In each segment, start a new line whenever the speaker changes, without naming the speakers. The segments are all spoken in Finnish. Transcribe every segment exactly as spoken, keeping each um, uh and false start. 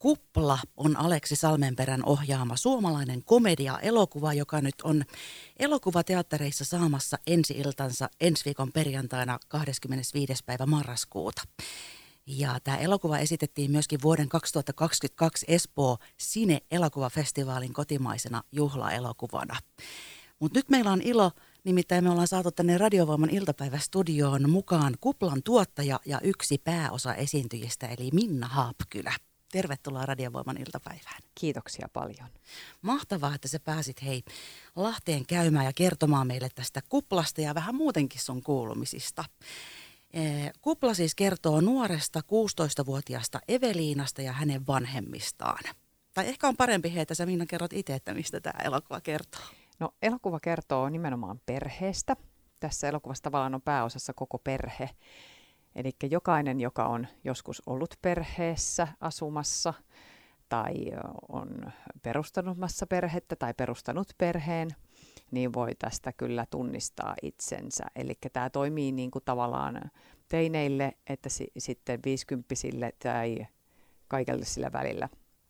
Kupla on Aleksi Salmenperän ohjaama suomalainen komedia-elokuva, joka nyt on elokuvateattereissa saamassa ensi-iltansa ensi viikon perjantaina kahdeskymmenesviides päivä marraskuuta. Ja tämä elokuva esitettiin myöskin vuoden kaksituhattakaksikymmentäkaksi Espoo Cine-elokuvafestivaalin kotimaisena juhlaelokuvana. Mutta nyt meillä on ilo, nimittäin me ollaan saatu tänne Radiovoiman iltapäivästudioon mukaan Kuplan tuottaja ja yksi pääosa esiintyjistä, eli Minna Haapkylä. Tervetuloa Radiovoiman iltapäivään.
Kiitoksia paljon.
Mahtavaa, että sä pääsit hei Lahteen käymään ja kertomaan meille tästä Kuplasta ja vähän muutenkin sun kuulumisista. Kupla siis kertoo nuoresta kuusitoistavuotiaasta Eveliinasta ja hänen vanhemmistaan. Tai ehkä on parempi, että sä Minna kerrot itse, että mistä tämä elokuva kertoo.
No elokuva kertoo nimenomaan perheestä. Tässä elokuvassa tavallaan on pääosassa koko perhe. Eli jokainen, joka on joskus ollut perheessä asumassa tai on perustanutmassa perhettä tai perustanut perheen, niin voi tästä kyllä tunnistaa itsensä. Eli tämä toimii niin kuin tavallaan teineille, että si- sitten viisikymppisille tai kaikille sillä välillä.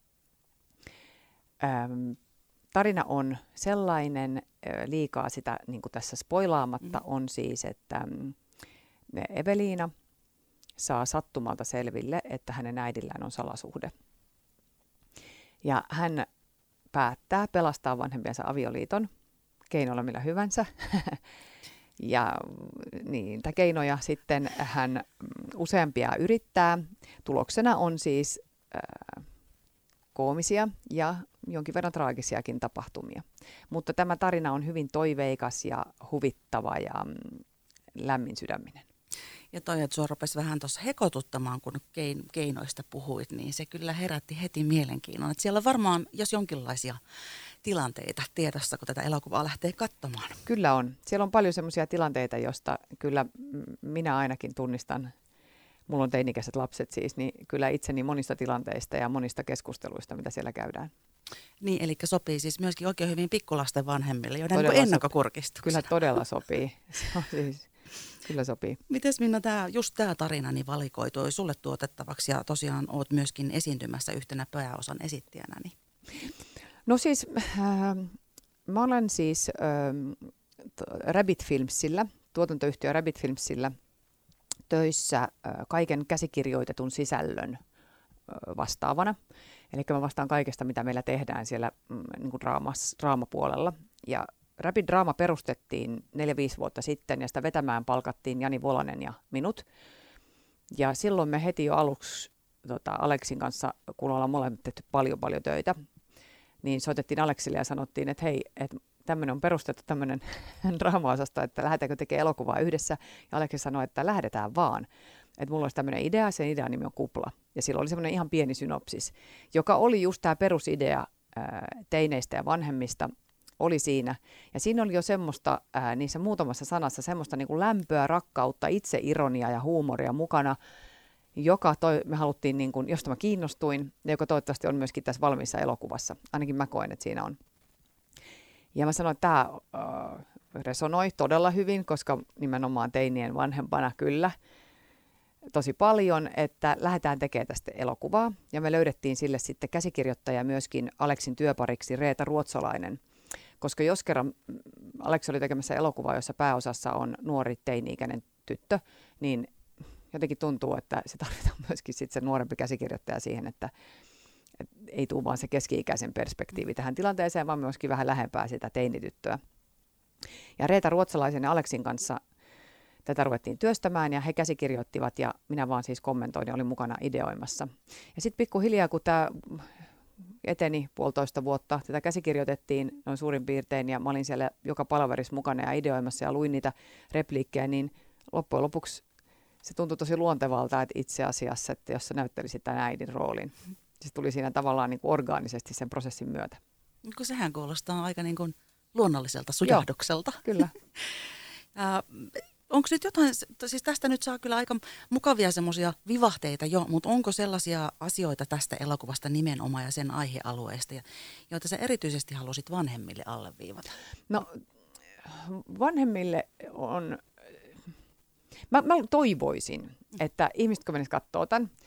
Öm, tarina on sellainen, liikaa sitä niin kuin tässä spoilaamatta, mm. on siis, että Eveliina saa sattumalta selville, että hänen äidillään on salasuhde. Ja hän päättää pelastaa vanhempiensa avioliiton keinoilla millä hyvänsä. Ja niitä keinoja sitten hän useampia yrittää. Tuloksena on siis äh, koomisia ja jonkin verran traagisiakin tapahtumia. Mutta tämä tarina on hyvin toiveikas ja huvittava ja mm, lämmin sydäminen.
Ja toi, että sua rupesi vähän tuossa hekotuttamaan, kun keinoista puhuit, niin se kyllä herätti heti mielenkiinnon. Että siellä on varmaan, jos jonkinlaisia tilanteita tiedossa, kun tätä elokuvaa lähtee katsomaan.
Kyllä on. Siellä on paljon semmoisia tilanteita, joista kyllä minä ainakin tunnistan. Mulla on teinikäiset lapset siis, niin kyllä itseni monista tilanteista ja monista keskusteluista, mitä siellä käydään.
Niin, eli sopii siis myöskin oikein hyvin pikkulasten vanhemmille, joiden niin ennakkokurkistuksena.
Kyllä todella sopii. Se on siis... Kyllä sopii.
Mites Minna, tää, just tämä tarina niin valikoitui sulle tuotettavaksi ja tosiaan oot myöskin esiintymässä yhtenä pääosan esittäjänä. Niin.
No siis, äh, mä olen siis äh, Rabbit Filmsillä, tuotantoyhtiö Rabbit Filmsillä töissä äh, kaiken käsikirjoitetun sisällön äh, vastaavana. Eli mä vastaan kaikesta, mitä meillä tehdään siellä mm, niin kuin draamas, draamapuolella. Ja Rapid Draama perustettiin neljä viisi vuotta sitten ja sitä vetämään palkattiin Jani Volanen ja minut. Ja silloin me heti jo aluksi tota, Aleksin kanssa, kun ollaan molemmat tehty paljon paljon töitä, niin soitettiin Aleksille ja sanottiin, että hei, että tämmöinen on perustettu tämmöinen draama-osasto, että lähdetäänkö tekemään elokuvaa yhdessä. Ja Aleksi sanoi, että lähdetään vaan. Että mulla olisi tämmöinen idea, sen idean nimi on Kupla. Ja silloin oli semmoinen ihan pieni synopsis, joka oli just tämä perusidea ää, teineistä ja vanhemmista, oli siinä. Ja siinä oli jo semmoista, ää, niissä muutamassa sanassa, semmoista niin kuin lämpöä, rakkautta, itseironiaa ja huumoria mukana, joka toi, me haluttiin, niin kuin, josta mä kiinnostuin, ja joka toivottavasti on myöskin tässä valmiissa elokuvassa. Ainakin mä koen, että siinä on. Ja mä sanoin, että tämä äh, resonoi todella hyvin, koska nimenomaan teinien vanhempana kyllä tosi paljon, että lähdetään tekemään tästä elokuvaa. Ja me löydettiin sille sitten käsikirjoittaja myöskin Aleksin työpariksi Reeta Ruotsalainen. Koska jos kerran Aleksi oli tekemässä elokuvaa, jossa pääosassa on nuori teini-ikäinen tyttö, niin jotenkin tuntuu, että se tarvitaan myöskin sit se nuorempi käsikirjoittaja siihen, että, että ei tule vaan se keski-ikäisen perspektiivi tähän tilanteeseen, vaan myöskin vähän lähempää sitä teinityttöä. Ja Reeta Ruotsalaisen ja Aleksin kanssa tätä ruvettiin työstämään ja he käsikirjoittivat ja minä vaan siis kommentoin ja olin mukana ideoimassa. Ja sitten pikkuhiljaa, kun tämä eteni puolitoista vuotta. Tätä käsikirjoitettiin noin suurin piirtein ja mä olin siellä joka palaverissa mukana ja ideoimassa ja luin niitä repliikkejä, niin loppujen lopuksi se tuntui tosi luontevalta, että itse asiassa, että jos sä näyttelisit tämän äidin roolin. Se tuli siinä tavallaan niin kuin orgaanisesti sen prosessin myötä.
Kun sehän kuulostaa aika niin kuin luonnolliselta sujahdukselta.
Joo, kyllä.
Onko nyt jotain, siis tästä nyt saa kyllä aika mukavia semmoisia vivahteita jo, mutta onko sellaisia asioita tästä elokuvasta nimenomaan ja sen aihealueesta, joita sä erityisesti halusit vanhemmille alleviivata?
No vanhemmille on, mä, mä toivoisin, että ihmiset kun menis katsoo tämän,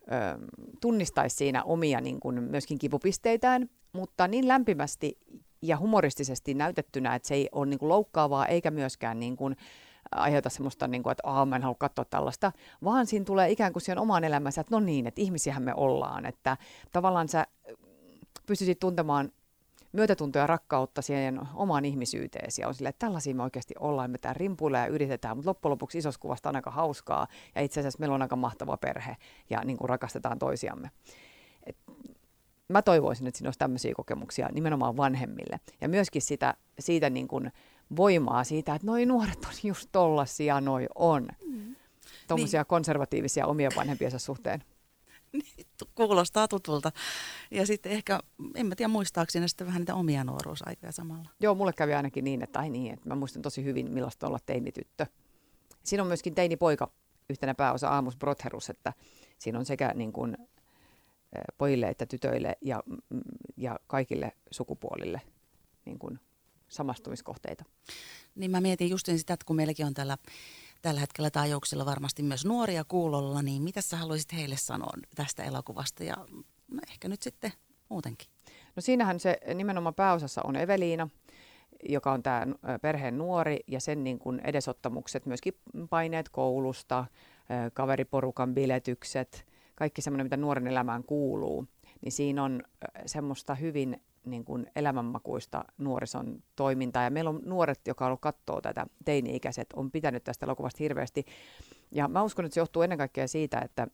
tunnistaisi siinä omia niin kuin myöskin kipupisteitään, mutta niin lämpimästi ja humoristisesti näytettynä, että se ei ole niin kuin loukkaavaa eikä myöskään niin kuin aiheuta semmoista, niin kuin, että Aa, mä en halua katsoa tällaista, vaan siinä tulee ikään kuin siihen omaan elämänsä, että no niin, että ihmisiähän me ollaan, että tavallaan sä pystyisit tuntemaan myötätuntoa ja rakkautta siihen omaan ihmisyyteesi ja on silleen, että tällaisia me oikeasti ollaan, me täällä rimpuillaan ja yritetään, mutta loppujen lopuksi isossa kuvasta on aika hauskaa ja itse asiassa meillä on aika mahtava perhe ja niin kuin rakastetaan toisiamme. Et mä toivoisin, että siinä olisi tämmöisiä kokemuksia nimenomaan vanhemmille ja myöskin sitä, siitä niin kuin voimaa siitä, että noi nuoret on just tollasia, noi on. Mm. Tuommoisia niin. Konservatiivisia omia vanhempiensa suhteen.
Kuulostaa tutulta. Ja sitten ehkä, en mä tiedä muistaakseni sitten vähän niitä omia nuoruusaikoja samalla.
Joo, mulle kävi ainakin niin, että ai niin, että mä muistan tosi hyvin, millaista olla teinityttö. Siinä on myöskin teinipoika yhtenä pääosa Aamus Brotherus, että siinä on sekä niin kuin pojille että tytöille ja, ja kaikille sukupuolille niin kuin samastumiskohteita.
Niin mä mietin justiin sitä, että kun meilläkin on tällä, tällä hetkellä taajuuksilla varmasti myös nuoria kuulolla, niin mitä sä haluaisit heille sanoa tästä elokuvasta ja ehkä nyt sitten muutenkin?
No siinähän se nimenomaan pääosassa on Eveliina, joka on tämä perheen nuori ja sen niin kuin edesottamukset, myöskin paineet koulusta, kaveriporukan biletykset, kaikki semmoinen, mitä nuoren elämään kuuluu, niin siinä on semmoista hyvin niin kuin elämänmakuista nuorison toimintaa. Ja meillä on nuoret, jotka on ollut katsoo tätä, teini-ikäiset, on pitänyt tästä elokuvasta hirveästi. Ja mä uskon, että se johtuu ennen kaikkea siitä, että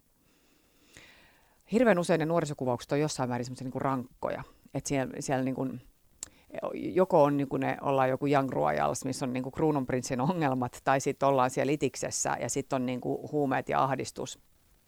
hirveän usein ne nuorisokuvaukset on jossain määrin semmoisia niin kuin rankkoja. Että siellä, siellä niin kuin, joko on niin kuin ne, ollaan joku Young Royals, missä on niin kuin kruununprinssin ongelmat, tai sitten ollaan siellä itiksessä ja sitten on niin kuin huumeet ja ahdistus.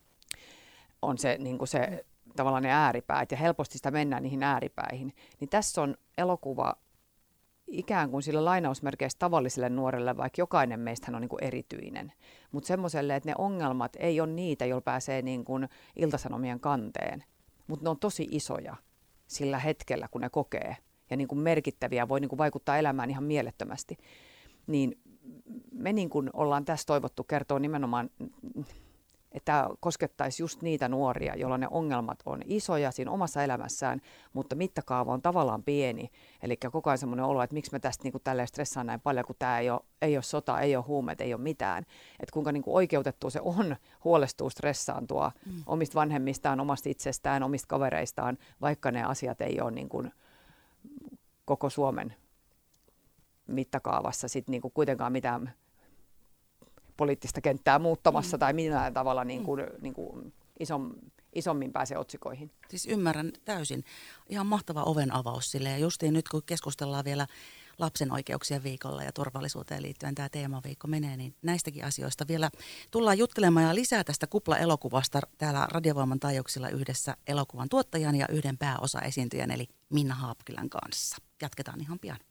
On se, niin kuin se tavallaan ne ääripäät ja helposti sitä mennään niihin ääripäihin. Niin tässä on elokuva ikään kuin sillä lainausmerkeissä tavalliselle nuorelle, vaikka jokainen meistä on niin kuin erityinen. Mutta semmoiselle, että ne ongelmat ei ole niitä, joilla pääsee niin kuin Ilta-Sanomien kanteen. Mutta ne on tosi isoja sillä hetkellä, kun ne kokee. Ja niin kuin merkittäviä, voi niin kuin vaikuttaa elämään ihan mielettömästi. Niin me niin kuin ollaan tässä toivottu kertoa nimenomaan, että koskettaisi just niitä nuoria, joilla ne ongelmat on isoja siinä omassa elämässään, mutta mittakaava on tavallaan pieni. Eli koko ajan semmoinen olo, että miksi mä tästä niin kuin tälleen stressaan näin paljon, kun tämä ei ole, ei ole sota, ei ole huumeet, ei ole mitään. Että kuinka niin kuin oikeutettua se on huolestua, stressaantua mm. omista vanhemmistaan, omasta itsestään, omista kavereistaan, vaikka ne asiat ei ole niin kuin koko Suomen mittakaavassa sit niin kuin kuitenkaan mitään poliittista kenttää muuttamassa mm. tai millään tavalla niin kuin, mm. niin kuin isom, isommin pääsee otsikoihin.
Siis ymmärrän täysin. Ihan mahtava oven avaus sille. Ja justiin nyt kun keskustellaan vielä lapsen oikeuksien viikolla ja turvallisuuteen liittyen tämä teemaviikko menee, niin näistäkin asioista vielä tullaan juttelemaan ja lisää tästä Kupla-elokuvasta täällä Radiovoiman taajuuksilla yhdessä elokuvan tuottajan ja yhden pääosaesiintyjän eli Minna Haapkylän kanssa. Jatketaan ihan pian.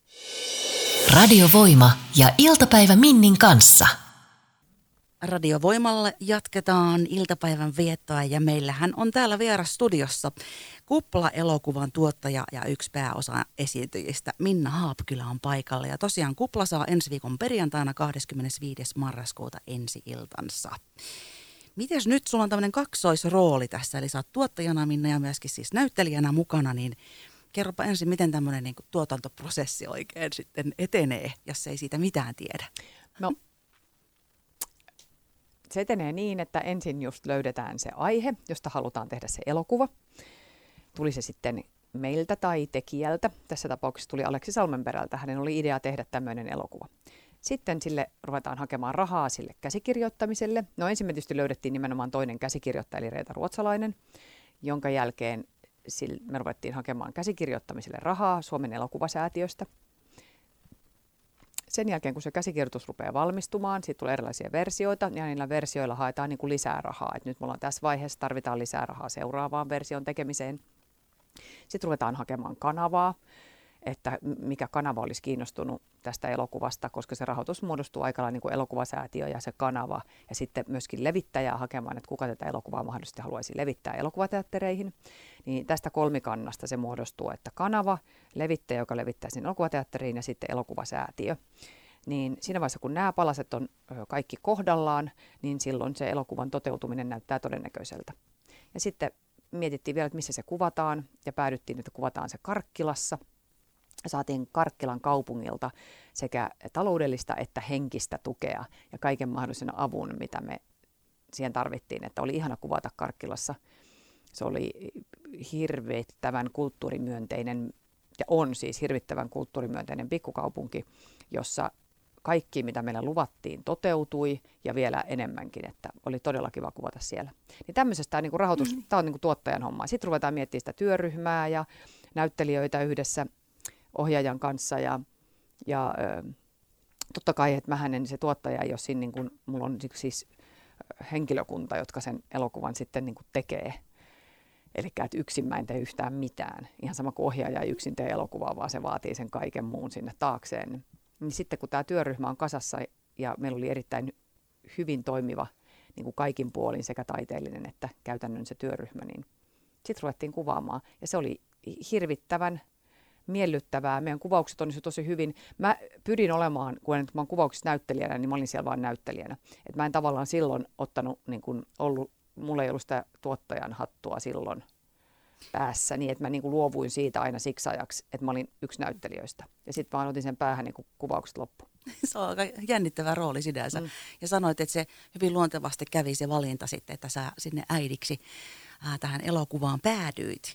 Radiovoima ja iltapäivä Minnin kanssa.
Radiovoimalla jatketaan iltapäivän viettoa ja meillähän on täällä vieras studiossa Kupla-elokuvan tuottaja ja yksi pääosa esiintyjistä Minna Haapkylä on paikalla. Ja tosiaan Kupla saa ensi viikon perjantaina kahdeskymmenesviides marraskuuta ensi-iltansa. Mites nyt, sulla on tämmöinen kaksoisrooli tässä, eli sä oot tuottajana Minna ja myöskin siis näyttelijänä mukana, niin kerropa ensin, miten tämmöinen niin kuin tuotantoprosessi oikein sitten etenee, jos ei siitä mitään tiedä.
No, se etenee niin, että ensin just löydetään se aihe, josta halutaan tehdä se elokuva. Tuli se sitten meiltä tai tekijältä. Tässä tapauksessa tuli Aleksi Salmenperältä. Hänen oli idea tehdä tämmöinen elokuva. Sitten sille ruvetaan hakemaan rahaa sille käsikirjoittamiselle. No ensin me tietysti löydettiin nimenomaan toinen käsikirjoittaja, eli Reeta Ruotsalainen, jonka jälkeen me ruvettiin hakemaan käsikirjoittamiselle rahaa Suomen elokuvasäätiöstä. Sen jälkeen, kun se käsikirjoitus rupeaa valmistumaan, siitä tulee erilaisia versioita, ja niillä versioilla haetaan niin kuin lisää rahaa. Et nyt me ollaan tässä vaiheessa, tarvitaan lisää rahaa seuraavaan version tekemiseen. Sitten ruvetaan hakemaan kanavaa, että mikä kanava olisi kiinnostunut tästä elokuvasta, koska se rahoitus muodostuu aika lailla niin kuin elokuvasäätiö ja se kanava, ja sitten myöskin levittäjää hakemaan, että kuka tätä elokuvaa mahdollisesti haluaisi levittää elokuvateattereihin. Niin tästä kolmikannasta se muodostuu, että kanava, levittäjä, joka levittää sinne elokuvateatteriin, ja sitten elokuvasäätiö. Niin siinä vaiheessa, kun nämä palaset on kaikki kohdallaan, niin silloin se elokuvan toteutuminen näyttää todennäköiseltä. Ja sitten mietittiin vielä, että missä se kuvataan ja päädyttiin, että kuvataan se Karkkilassa. Saatiin Karkkilan kaupungilta sekä taloudellista että henkistä tukea ja kaiken mahdollisen avun, mitä me siihen tarvittiin. Että oli ihana kuvata Karkkilassa. Se oli hirvittävän kulttuurimyönteinen ja on siis hirvittävän kulttuurimyönteinen pikkukaupunki, jossa kaikki, mitä meillä luvattiin, toteutui ja vielä enemmänkin, että oli todella kiva kuvata siellä. Niin tämmöisestä tämä niinku rahoitus, mm-hmm. tämä on niinku tuottajan hommaa. Sitten ruvetaan miettimään sitä työryhmää ja näyttelijöitä yhdessä ohjaajan kanssa ja, ja ö, totta kai, että mähän en se tuottaja, jos siinä niin kuin, mulla on siis henkilökunta, jotka sen elokuvan sitten niin kuin tekee. Eli että yksin mä en tee yhtään mitään. Ihan sama kuin ohjaaja ei yksin tee elokuvaa, vaan se vaatii sen kaiken muun sinne taakseen. Niin sitten kun tämä työryhmä on kasassa ja meillä oli erittäin hyvin toimiva niin kuin kaikin puolin sekä taiteellinen että käytännön se työryhmä, niin sitten ruvettiin kuvaamaan. Ja se oli hirvittävän miellyttävää. Meidän kuvaukset on tosi hyvin. Mä pyrin olemaan, kun mä oon kuvauksissa näyttelijänä, niin mä olin siellä vaan näyttelijänä. Et mä en tavallaan silloin ottanut, niin kun ollut, mulla ei ollut sitä tuottajan hattua silloin päässä, niin että mä niin kun luovuin siitä aina siksi ajaksi, että mä olin yksi näyttelijöistä. Ja sitten vaan otin sen päähän niin kun kuvaukset loppu.
Se on aika jännittävä rooli sinänsä. Mm. Ja sanoit, että se hyvin luontevasti kävi se valinta sitten, että sä sinne äidiksi äh, tähän elokuvaan päädyit.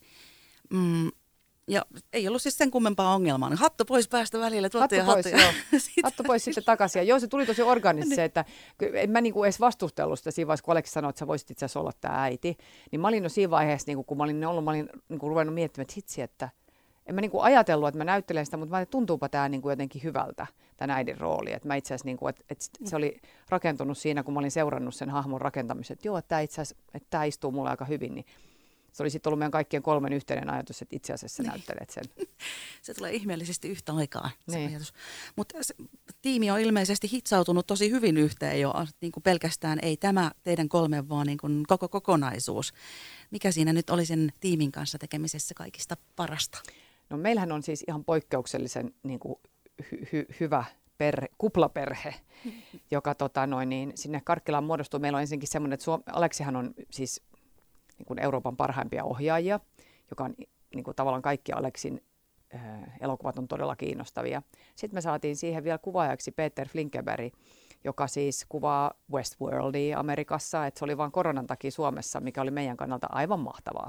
Mm. Ja ei ollut siis sen kummempaa ongelmaa. Hattu pois päästä välillä.
Hattu pois, hattu, joo. Hattu pois sitten takaisin. Ja joo, se tuli tosi organisesti se, että en mä niinku edes vastustellut sitä siinä vaiheessa, kun Aleksi sanoi, että sä voisit itse asiassa olla tämä äiti. Niin mä olin jo siinä vaiheessa, niin kun mä olin ollut, mä olin niin ruvennut miettimään, että hitsi, että en mä niin ajatellut, että mä näyttelen sitä, mutta mä ajattelin, että tuntuupa tämä niin jotenkin hyvältä, tämän äidin rooli. Että mä itse asiassa, niin kuin, että, että se oli rakentunut siinä, kun mä olin seurannut sen hahmon rakentamisen, että joo, että tämä itse asiassa, että tämä istuu mulle aika hyvin, niin se oli sitten ollut meidän kaikkien kolmen yhteinen ajatus, että itse asiassa niin. näyttelet sen.
Se tulee ihmeellisesti yhtä aikaa, se
niin.
ajatus. Mutta tiimi on ilmeisesti hitsautunut tosi hyvin yhteen jo, niin kuin pelkästään ei tämä teidän kolme, vaan niin kuin koko kokonaisuus. Mikä siinä nyt oli sen tiimin kanssa tekemisessä kaikista parasta?
No meillähän on siis ihan poikkeuksellisen niin kuin hy- hy- hyvä perhe, kuplaperhe, joka tota, noin, niin, sinne Karkkilaan muodostuu. Meillä on ensinnäkin semmoinen, että Suom- Aleksihan on siis niin kuin Euroopan parhaimpia ohjaajia, joka on niin kuin tavallaan kaikki Aleksin äh, elokuvat on todella kiinnostavia. Sitten me saatiin siihen vielä kuvaajaksi Peter Flinkeberg, joka siis kuvaa Westworldia Amerikassa, että se oli vain koronan takia Suomessa, mikä oli meidän kannalta aivan mahtavaa.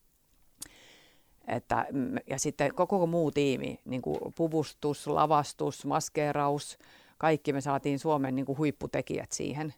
Että, ja sitten koko muu tiimi, niin kuin puvustus, lavastus, maskeeraus, kaikki me saatiin Suomen niin kuin huipputekijät siihen.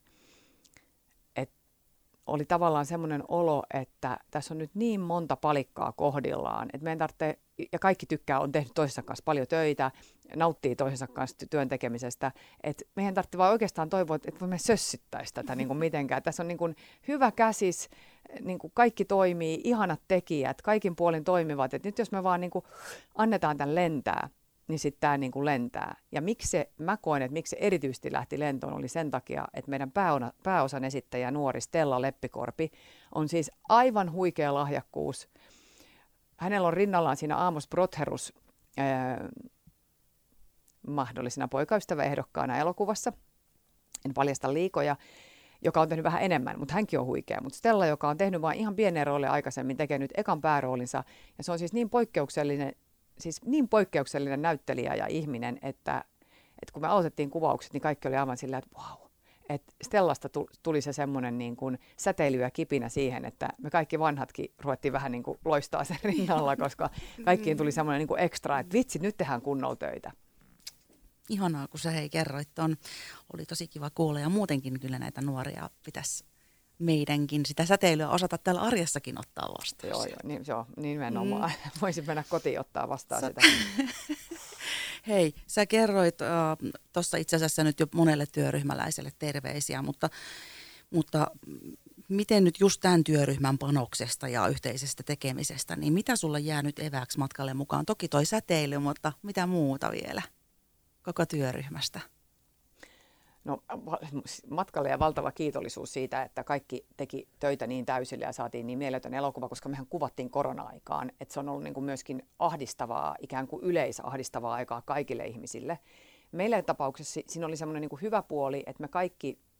Oli tavallaan semmoinen olo, että tässä on nyt niin monta palikkaa kohdillaan, että meidän tarvitsee, ja kaikki tykkää, on tehnyt toisensa kanssa paljon töitä, nauttii toisensa kanssa työn tekemisestä, että meidän tarvitsee vaan oikeastaan toivoa, että me sössittäisi tätä niin kuin mitenkään. Tässä on niin kuin hyvä käsis, niin kuin kaikki toimii, ihanat tekijät, kaikin puolin toimivat, että nyt jos me vaan niin kuin annetaan tämän lentää, niin sitten tämä niin kuin lentää. Ja miksi se, mä koen, että miksi se erityisesti lähti lentoon, oli sen takia, että meidän pääona, pääosan esittäjä nuori Stella Leppikorpi on siis aivan huikea lahjakkuus. Hänellä on rinnallaan siinä Amos Brotherus ää, mahdollisena poikaystäväehdokkaana elokuvassa. En paljasta liikoja, joka on tehnyt vähän enemmän, mutta hänkin on huikea. Mutta Stella, joka on tehnyt vain ihan pienen roolin aikaisemmin, tekee nyt ekan pääroolinsa. Ja se on siis niin poikkeuksellinen, siis niin poikkeuksellinen näyttelijä ja ihminen, että, että kun me aloitettiin kuvaukset, niin kaikki oli aivan sillä, että vau. Että Stellasta tuli se semmoinen niin kuin säteily ja kipinä siihen, että me kaikki vanhatkin ruvettiin vähän niin kuin loistaa sen rinnalla, koska kaikkiin tuli semmoinen niin kuin ekstra, että vitsi, nyt tehdään kunnolla töitä.
Ihanaa, kun sä hei kerroit ton. Oli tosi kiva kuulla ja muutenkin kyllä näitä nuoria pitäisi meidänkin sitä säteilyä osata täällä arjessakin ottaa vastaan.
Joo, joo, niin, joo nimenomaan. Mm. Voisin mennä kotiin ottaa vastaan sä... sitä.
Hei, sä kerroit äh, tuossa itse asiassa nyt jo monelle työryhmäläiselle terveisiä, mutta, mutta miten nyt just tämän työryhmän panoksesta ja yhteisestä tekemisestä, niin mitä sulla jää nyt evääksi matkalle mukaan? Toki toi säteily, mutta mitä muuta vielä koko työryhmästä?
No matkalle ja valtava kiitollisuus siitä, että kaikki teki töitä niin täysillä ja saatiin niin mieletön elokuva, koska mehän kuvattiin korona-aikaan. Että se on ollut niin kuin myöskin ahdistavaa, ikään kuin yleisahdistavaa aikaa kaikille ihmisille. Meillä tapauksessa siinä oli semmoinen niin kuin hyvä puoli, että me kaikki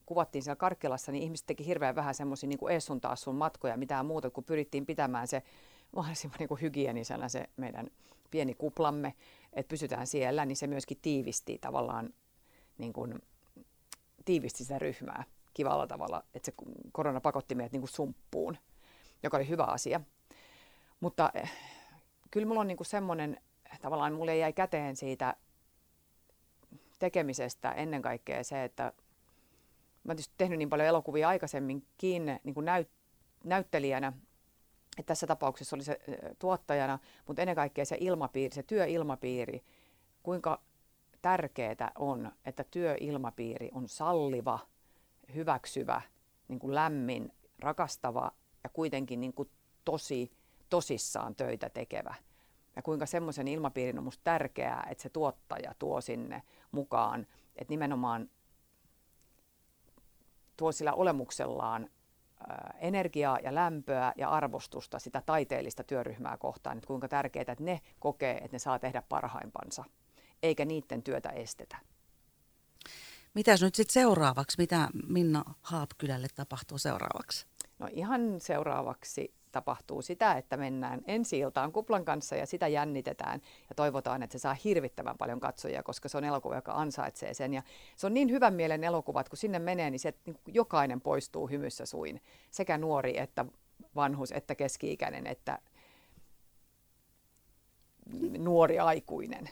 kuvattiin siellä Karkkilassa, niin ihmiset teki hirveän vähän semmoisia niin ees sun taas sun matkoja, mitään muuta, kun pyrittiin pitämään se mahdollisimman niin hygienisellä se meidän pieni kuplamme, että pysytään siellä, niin se myöskin tiivisti tavallaan niin kuin, tiivisti sitä ryhmää kivalla tavalla, että se korona pakotti meidät niin kuin sumppuun, joka oli hyvä asia. Mutta eh, kyllä mulla on niin kuin semmoinen, tavallaan mulle jäi käteen siitä tekemisestä ennen kaikkea se, että mä oon tietysti tehnyt niin paljon elokuvia aikaisemminkin niin kuin näyt, näyttelijänä, että tässä tapauksessa oli se tuottajana, mutta ennen kaikkea se ilmapiiri, se työilmapiiri, kuinka tärkeää on, että työilmapiiri on salliva, hyväksyvä, niin kuin lämmin, rakastava ja kuitenkin niin kuin tosi tosissaan töitä tekevä. Ja kuinka semmoisen ilmapiirin on musta tärkeää, että se tuottaja tuo sinne mukaan, että nimenomaan tuo sillä olemuksellaan energiaa ja lämpöä ja arvostusta sitä taiteellista työryhmää kohtaan, että kuinka tärkeää, että ne kokee, että ne saa tehdä parhaimpansa, eikä niiden työtä estetä.
Mitäs nyt sitten seuraavaksi? Mitä Minna Haapkylälle tapahtuu seuraavaksi?
No ihan seuraavaksi tapahtuu sitä, että mennään ensi-iltaan Kuplan kanssa ja sitä jännitetään ja toivotaan, että se saa hirvittävän paljon katsojia, koska se on elokuva, joka ansaitsee sen. Ja se on niin hyvän mielen elokuva, että kun sinne menee, niin se, niin jokainen poistuu hymyssä suin. Sekä nuori että vanhus, että keski-ikäinen, että nuori aikuinen.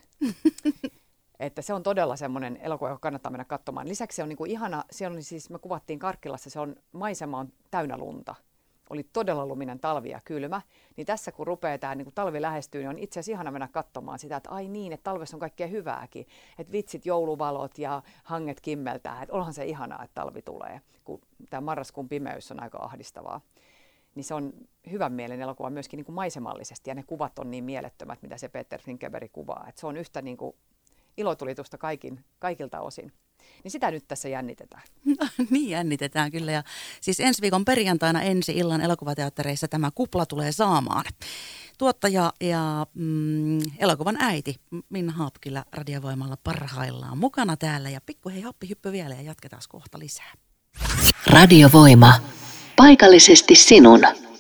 Että se on todella semmoinen elokuva, joka kannattaa mennä katsomaan. Lisäksi se on niin kuin ihana, se on siis, me kuvattiin Karkkilassa, se on, maisema on täynnä lunta. Oli todella luminen talvi ja kylmä, niin tässä kun rupeaa tämä niin kun talvi lähestyy, niin on itse asiassa ihana mennä katsomaan sitä, että ai niin, että talvessa on kaikkea hyvääkin. Että vitsit, jouluvalot ja hanget kimmeltää, että onhan se ihanaa, että talvi tulee, kun tämä marraskuun pimeys on aika ahdistavaa. Niin se on hyvän mielen elokuva myöskin niin kuin maisemallisesti ja ne kuvat on niin mielettömät, mitä se Peter Finkenberg kuvaa. Että se on yhtä niin kuin ilotulitusta kaikin, kaikilta osin. Niin sitä nyt tässä jännitetään.
Niin jännitetään kyllä. Ja siis ensi viikon perjantaina ensi illan elokuvateattereissa tämä kupla tulee saamaan. Tuottaja ja mm, elokuvan äiti Minna Haapkylä Radiovoimalla parhaillaan mukana täällä. Ja pikku hei happihyppy vielä ja jatketaan kohta lisää.
Radiovoima. Paikallisesti sinun.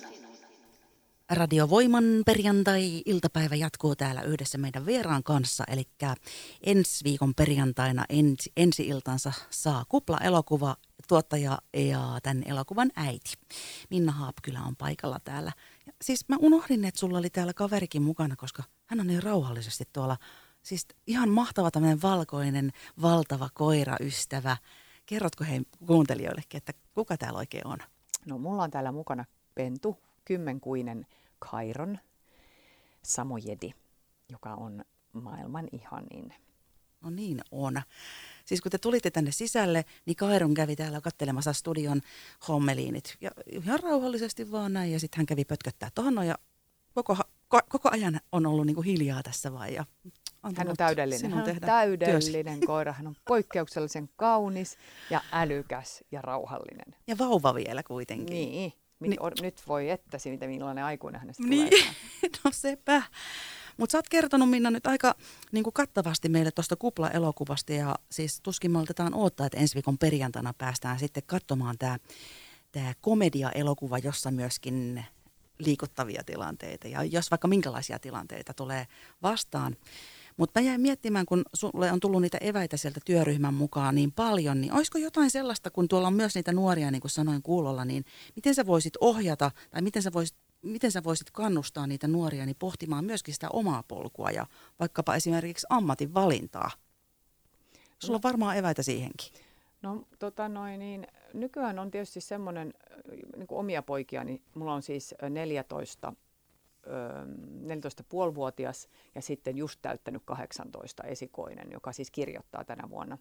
Radiovoiman perjantai-iltapäivä jatkuu täällä yhdessä meidän vieraan kanssa, eli ensi viikon perjantaina ensi, ensi-iltansa saa Kupla-elokuva, tuottaja ja tämän elokuvan äiti. Minna Haapkylä on paikalla täällä. Ja siis mä unohdin, että sulla oli täällä kaverikin mukana, koska hän on niin rauhallisesti tuolla. Siis ihan mahtava tämmöinen valkoinen, valtava koiraystävä. Kerrotko hei kuuntelijoillekin, että kuka täällä oikein on?
No mulla on täällä mukana pentu, kymmenkuinen Kairon samojedi, joka on maailman ihanin.
No niin on. Siis kun te tulitte tänne sisälle, niin Kairon kävi täällä katselemassa studion hommeliinit. Ja ihan rauhallisesti vaan näin. Ja sitten hän kävi pötköttää tuohon ja koko, koko ajan on ollut niin kuin hiljaa tässä vaan. Ja
hän on täydellinen. Hän on täydellinen koira. Hän on poikkeuksellisen kaunis ja älykäs ja rauhallinen.
Ja vauva vielä kuitenkin.
Niin. Niin. Nyt voi ettäsi, mitä millainen aikuinen hänestä
niin.
tulee.
No sepä. Mutta sä oot kertonut Minna nyt aika niin kuin kattavasti meille tuosta Kupla-elokuvasta ja siis tuskin me otetaan odottaa, että ensi viikon perjantaina päästään sitten katsomaan tämä tää komedia-elokuva, jossa myöskin liikuttavia tilanteita ja jos vaikka minkälaisia tilanteita tulee vastaan. Mutta mä jäin miettimään, kun sulle on tullut niitä eväitä sieltä työryhmän mukaan niin paljon, niin olisiko jotain sellaista, kun tuolla on myös niitä nuoria, niin kuin sanoin kuulolla, niin miten sä voisit ohjata tai miten sä voisit, miten sä voisit kannustaa niitä nuoria niin pohtimaan myöskin sitä omaa polkua ja vaikkapa esimerkiksi ammatin valintaa? Sulla on varmaan eväitä siihenkin.
No tota noin, niin nykyään on tietysti semmoinen, niin kuin omia poikia, niin mulla on siis neljätoista neljätoista pilkku viisi vuotias ja sitten just täyttänyt kahdeksantoista esikoinen, joka siis kirjoittaa tänä vuonna.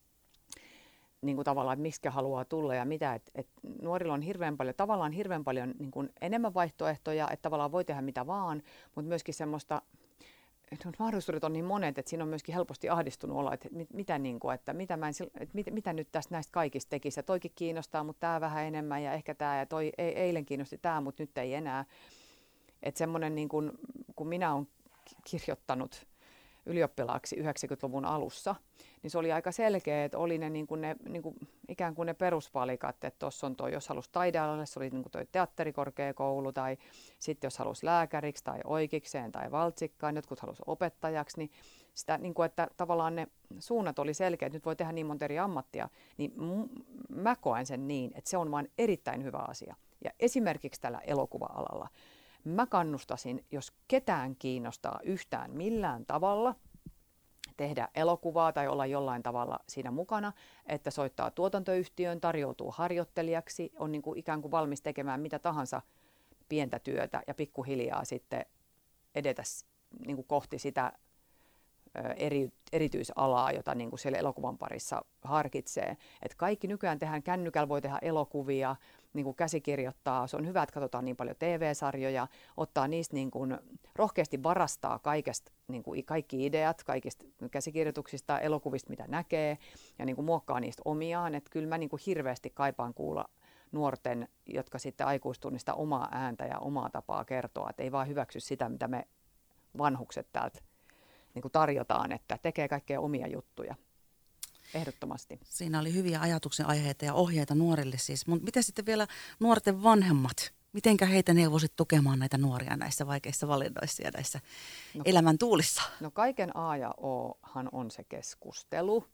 Niin kuin tavallaan, että miksi haluaa tulla ja mitä. Et, et nuorilla on hirveän paljon, tavallaan hirveän paljon niin kuin enemmän vaihtoehtoja, että tavallaan voi tehdä mitä vaan, mutta myöskin semmoista, että mahdollisuudet on niin monet, että siinä on myöskin helposti ahdistunut olla, että mit, mitä, niin kuin, että mitä, mä en, että mit, mitä nyt tästä näistä kaikista tekisi. Ja toikin kiinnostaa, mutta tämä vähän enemmän ja ehkä tämä ja toi eilen kiinnosti tämä, mutta nyt ei enää. Että semmoinen, niin kun, kun minä olen kirjoittanut ylioppilaaksi yhdeksänkymmentäluvun alussa, niin se oli aika selkeä, että oli ne, niin kuin ne niin kuin, ikään kuin ne peruspalikat, että tuossa on tuo, jos halusi taidealalle, se oli niin kuin tuo teatterikorkeakoulu, tai sitten jos halusi lääkäriksi tai oikeikseen tai valtsikkaan, jotkut halusi opettajaksi, niin sitä, niin kuin, että tavallaan ne suunnat oli selkeät, että nyt voi tehdä niin monta eri ammattia, niin m- mä koen sen niin, että se on vaan erittäin hyvä asia. Ja esimerkiksi tällä elokuva-alalla mä kannustasin, jos ketään kiinnostaa yhtään millään tavalla tehdä elokuvaa tai olla jollain tavalla siinä mukana, että soittaa tuotantoyhtiöön, tarjoutuu harjoittelijaksi, on niin kuin ikään kuin valmis tekemään mitä tahansa pientä työtä ja pikkuhiljaa sitten edetä niin kuin kohti sitä eri, erityisalaa, jota niin kuin siellä elokuvan parissa harkitsee. Et kaikki nykyään tehdään, kännykällä voi tehdä elokuvia, niin kuin käsikirjoittaa. Se on hyvä, että katsotaan niin paljon T V-sarjoja, ottaa niistä niin kuin, rohkeasti varastaa kaikesta, niin kuin kaikki ideat, kaikista käsikirjoituksista, elokuvista, mitä näkee, ja niin kuin muokkaa niistä omiaan. Et kyllä mä niin kuin hirveästi kaipaan kuulla nuorten, jotka sitten aikuistuu niistä omaa ääntä ja omaa tapaa kertoa, että ei vaan hyväksy sitä, mitä me vanhukset täältä niin kuin tarjotaan, että tekee kaikkea omia juttuja. Ehdottomasti.
Siinä oli hyviä ajatuksen aiheita ja ohjeita nuorille siis. Mutta miten sitten vielä nuorten vanhemmat? Mitenkä heitä neuvosit tukemaan näitä nuoria näissä vaikeissa valinnoissa ja näissä no, elämän tuulissa?
No kaiken A ja Ohan on se keskustelu,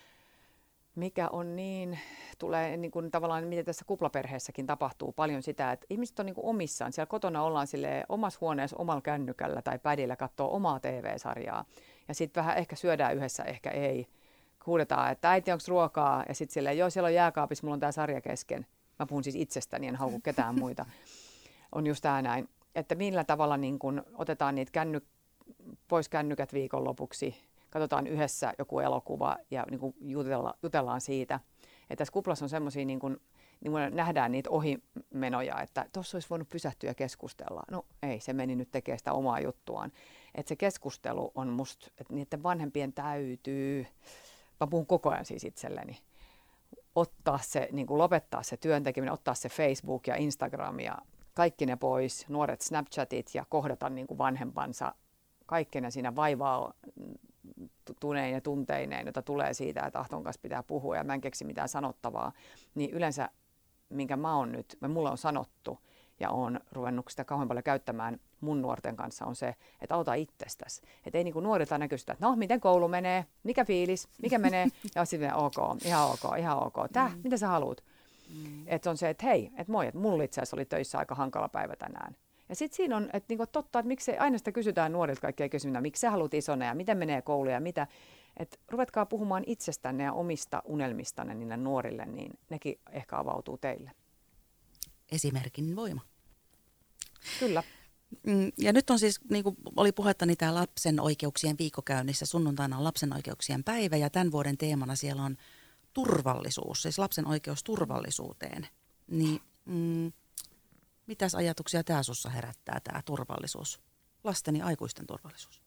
mikä on niin, tulee niin kuin tavallaan, miten tässä kuplaperheessäkin tapahtuu paljon sitä, että ihmiset on niin kuin omissaan. Siellä kotona ollaan silleen omassa huoneessa omalla kännykällä tai pädillä katsoo omaa T V-sarjaa. Ja sitten vähän ehkä syödään yhdessä, ehkä ei. Huudetaan, että äiti, onko ruokaa? Ja sitten silleen, joo, siellä on jääkaapissa, mulla on tämä sarja kesken. Mä puhun siis itsestäni, en hauku ketään muita. On just tämä näin. Että millä tavalla niin kun otetaan niitä känny, pois kännykät viikonlopuksi, katsotaan yhdessä joku elokuva ja niin kun jutella, jutellaan siitä. Ja tässä kuplassa on semmoisia, niin kun, niin kun nähdään niitä ohimenoja, että tuossa olisi voinut pysähtyä ja keskustella. No ei, se meni nyt tekemään sitä omaa juttuaan. Että se keskustelu on musta, että niiden vanhempien täytyy... Mä puhun koko ajan siis itselleni. Ottaa se, niin kuin lopettaa se työntekeminen, ottaa se Facebook ja Instagram ja kaikki ne pois, nuoret Snapchatit ja kohdata niin kuin vanhempansa. Kaikki ne siinä vaivaa tuneen ja tunteineen, jota tulee siitä, että Ahton kanssa pitää puhua ja mä en keksi mitään sanottavaa. Niin yleensä, minkä mä oon nyt, mulla on sanottu ja oon ruvennut sitä kauhean paljon käyttämään mun nuorten kanssa, on se, että auta itsestäsi. Että ei niin kuin nuorilta näky sitä, että no, miten koulu menee, mikä fiilis, mikä menee, ja sitten ok, ihan ok, ihan ok. Tää, mm. mitä sä haluut? Mm. Että on se, että hei, että moi, että mulla itse asiassa oli töissä aika hankala päivä tänään. Ja sitten siinä on, että niin kuin totta, että miksi aina sitä kysytään nuorilta kaikkea kysymyksiä, miksi sä haluat isona ja miten menee koulu ja mitä. Että ruvetkaa puhumaan itsestänne ja omista unelmistanne niille nuorille, niin nekin ehkä avautuu teille.
Esimerkin voima.
Kyllä.
Ja nyt on siis, niin kuin oli puhetta, niin tämä lapsen oikeuksien viikkokäynnissä. Sunnuntaina on lapsen oikeuksien päivä ja tämän vuoden teemana siellä on turvallisuus, siis lapsen oikeus turvallisuuteen. Niin mm, mitäs ajatuksia tämä sussa herättää, tämä turvallisuus, lasten ja aikuisten turvallisuus?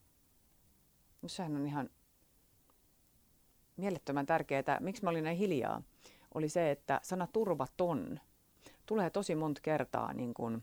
No sehän on ihan mielettömän tärkeää. Miksi mä olin näin hiljaa? Oli se, että sana turvaton tulee tosi monta kertaa niin kuin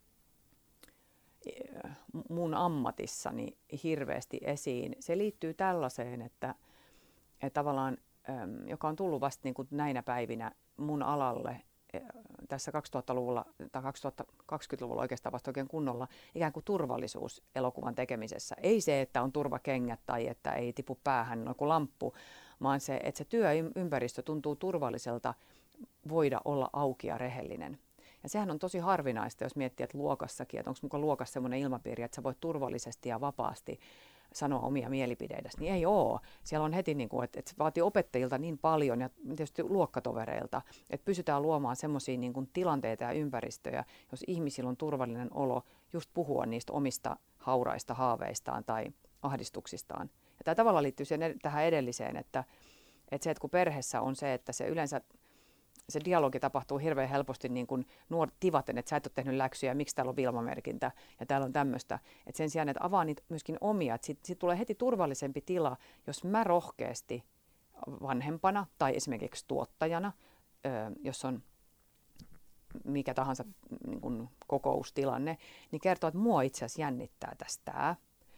mun ammatissani hirveästi esiin. Se liittyy tällaiseen, että, että tavallaan, joka on tullut vasta niin kuin näinä päivinä mun alalle tässä kaksituhattaluvulla tai kaksituhattakaksikymmentäluvulla oikeastaan vasta oikein kunnolla, ikään kuin turvallisuus elokuvan tekemisessä. Ei se, että on turvakengät tai että ei tipu päähän joku lamppu, vaan se, että se työympäristö tuntuu turvalliselta voida olla auki ja rehellinen. Ja sehän on tosi harvinaista, jos miettii, että luokassakin, että onko mukaan luokassa sellainen ilmapiiri, että sä voit turvallisesti ja vapaasti sanoa omia mielipiteitäsi, niin ei ole. Siellä on heti, niin kuin, että, että se vaatii opettajilta niin paljon ja tietysti luokkatovereilta, että pysytään luomaan semmoisia niin kuin tilanteita ja ympäristöjä, jos ihmisillä on turvallinen olo just puhua niistä omista hauraista haaveistaan tai ahdistuksistaan. Ja tämä tavalla liittyy siihen, tähän edelliseen, että, että se, että kun perheessä on se, että se yleensä se dialogi tapahtuu hirveän helposti niin kuin nuor tivaten, että sä et ole tehnyt läksyjä, miksi täällä on Vilma-merkintä ja täällä on tämmöistä. Että sen sijaan, että avaa niitä myöskin omia, että siitä, siitä tulee heti turvallisempi tila, jos mä rohkeasti vanhempana tai esimerkiksi tuottajana, jos on mikä tahansa niin kuin kokoustilanne, niin kertoo, että mua itse asiassa jännittää tästä tämä.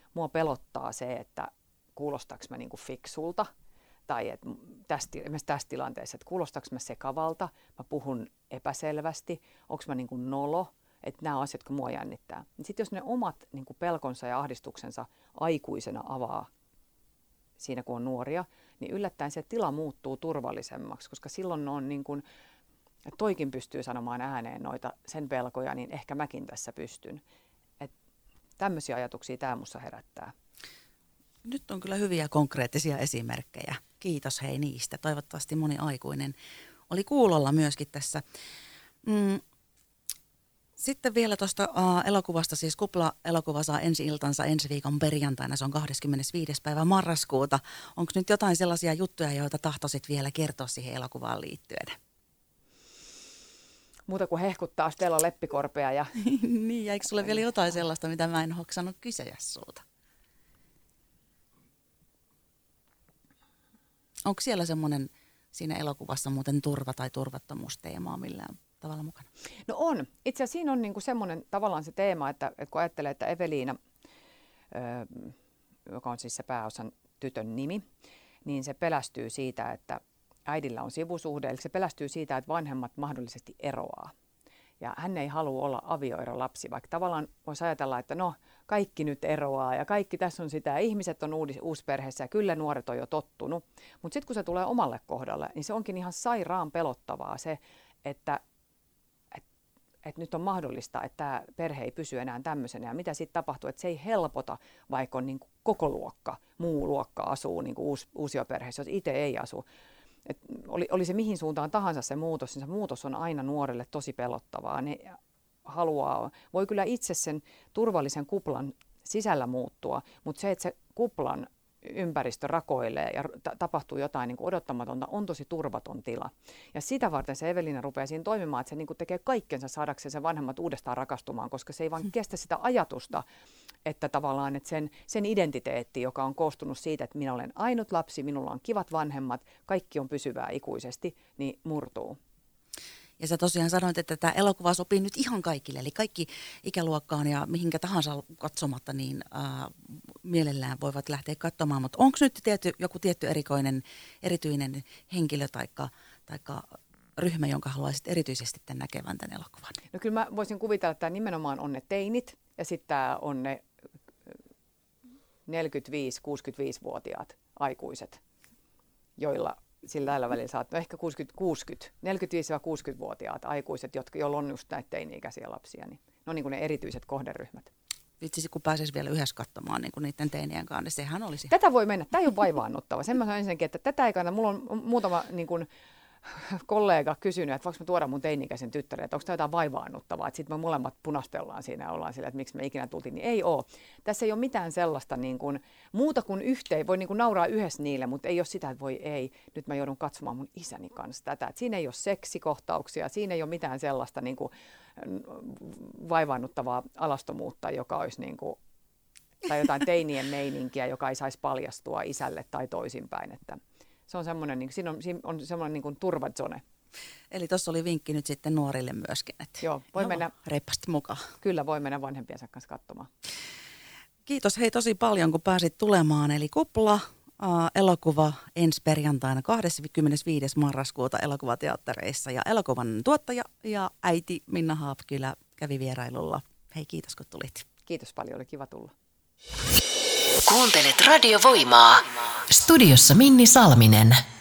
mua pelottaa se, että kuulostaako mä niinku fiksulta, tai että tästä, esimerkiksi tässä tilanteessa, että kuulostaako mä sekavalta, mä puhun epäselvästi, onko mä niinku nolo, että nämä asiat, jotka mua jännittää. Sitten jos ne omat niinku pelkonsa ja ahdistuksensa aikuisena avaa siinä, kun on nuoria, niin yllättäen se tila muuttuu turvallisemmaksi, koska silloin on niin kuin, että toikin pystyy sanomaan ääneen noita sen pelkoja, niin ehkä mäkin tässä pystyn. Et tämmöisiä ajatuksia tämä musta herättää.
Nyt on kyllä hyviä konkreettisia esimerkkejä. Kiitos hei niistä. Toivottavasti moni aikuinen oli kuulolla myöskin tässä. Mm. Sitten vielä tuosta uh, elokuvasta, siis Kupla-elokuva saa ensi-iltansa ensi viikon perjantaina, se on kahdeskymmenesviides päivä marraskuuta. Onko nyt jotain sellaisia juttuja, joita tahtoisit vielä kertoa siihen elokuvaan liittyen?
Muuta kuin hehkuttaa Stella Leppikorpea. Ja...
niin, ja eikö sulle vielä jotain sellaista, mitä mä en hoksannut kysyä sulta? Onko siellä semmoinen siinä elokuvassa muuten turva- tai turvattomuusteemaa millään tavalla mukana?
No on. Itse asiassa siinä on niinku semmoinen tavallaan se teema, että, että kun ajattelee, että Eveliina, ö, joka on siis se pääosan tytön nimi, niin se pelästyy siitä, että äidillä on sivusuhde, eli se pelästyy siitä, että vanhemmat mahdollisesti eroaa. Ja hän ei halua olla avioerolapsi, vaikka tavallaan voisi ajatella, että no kaikki nyt eroaa ja kaikki tässä on sitä, ihmiset on uudis, uusperheessä ja kyllä nuoret on jo tottunut. Mutta sitten kun se tulee omalle kohdalle, niin se onkin ihan sairaan pelottavaa se, että et, et nyt on mahdollista, että tämä perhe ei pysy enää tämmöisenä. Ja mitä sitten tapahtuu, että se ei helpota, vaikka on niin kuin koko luokka, muu luokka asuu niin kuin uus, uusioperheessä, jos itse ei asu. Et oli, oli se mihin suuntaan tahansa se muutos, niin se muutos on aina nuorelle tosi pelottavaa. Ne haluaa, voi kyllä itse sen turvallisen kuplan sisällä muuttua, mutta se, että se kuplan ympäristö rakoilee ja t- tapahtuu jotain niin kuin odottamatonta, on tosi turvaton tila. Ja sitä varten se Eveliina rupeaa siinä toimimaan, että se niin kuin tekee kaikkensa saadakseen sen vanhemmat uudestaan rakastumaan, koska se ei vaan kestä sitä ajatusta, että tavallaan että sen, sen identiteetti, joka on koostunut siitä, että minä olen ainut lapsi, minulla on kivat vanhemmat, kaikki on pysyvää ikuisesti, niin murtuu.
Ja sä tosiaan sanoit, että tämä elokuva sopii nyt ihan kaikille, eli kaikki ikäluokkaan ja mihinkä tahansa katsomatta, niin äh, mielellään voivat lähteä katsomaan. Mutta onko nyt tietty, joku tietty erikoinen, erityinen henkilö taikka, taikka ryhmä, jonka haluaisit erityisesti tämän näkevän tämän elokuvan?
No kyllä mä voisin kuvitella, että tämä nimenomaan on ne teinit ja sitten tämä on ne neljäkymmentäviisi kuusikymmentäviisi-vuotiaat aikuiset, joilla sillä lailla välillä saat, no ehkä kuusikymmentä, kuusikymmentä, neljäkymmentäviisi-kuusikymmentävuotiaat aikuiset, jotka, joilla on just näitä teini-ikäisiä lapsia, niin ne on niin kuin ne erityiset kohderyhmät.
Vitsisi, kun pääsisi vielä yhdessä katsomaan niin kuin niiden teinien kanssa, niin sehän olisi.
Tätä voi mennä, tämä ei ole vaivaannuttava. Sen mä sanon ensinnäkin, että tätä ei kannata, mulla on muutama niin kuin kollega kysynyt, että voiko mä tuoda mun teini-ikäisen tyttären, että onko tämä jotain vaivaannuttavaa, että sitten me molemmat punastellaan siinä ja ollaan sillä, että miksi me ikinä tultiin, niin ei ole. Tässä ei ole mitään sellaista niin kuin, muuta kuin yhteen, voi niin kuin nauraa yhdessä niille, mutta ei ole sitä, että voi ei, nyt mä joudun katsomaan mun isäni kanssa tätä. Että siinä ei ole seksikohtauksia, siinä ei ole mitään sellaista niin kuin vaivaannuttavaa alastomuutta, joka olisi niin kuin, tai jotain teinien meininkiä, joka ei saisi paljastua isälle tai toisinpäin, että se on semmoinen, niin, siinä on, siinä on semmoinen niin kuin turvazone.
Eli tuossa oli vinkki nyt sitten nuorille myöskin, että
joo, voi
no,
mennä
reippaasti mukaan.
Kyllä, voi mennä vanhempiensa kanssa katsomaan.
Kiitos hei tosi paljon, kun pääsit tulemaan. Eli Kupla, äh, elokuva ensi perjantaina kahdeskymmenesviides marraskuuta elokuvateattereissa. Ja elokuvan tuottaja ja äiti Minna Haapkylä kävi vierailulla. Hei, kiitos kun tulit.
Kiitos paljon, oli kiva tulla.
Kuuntelet Radio Voimaa. Studiossa Minni Salminen.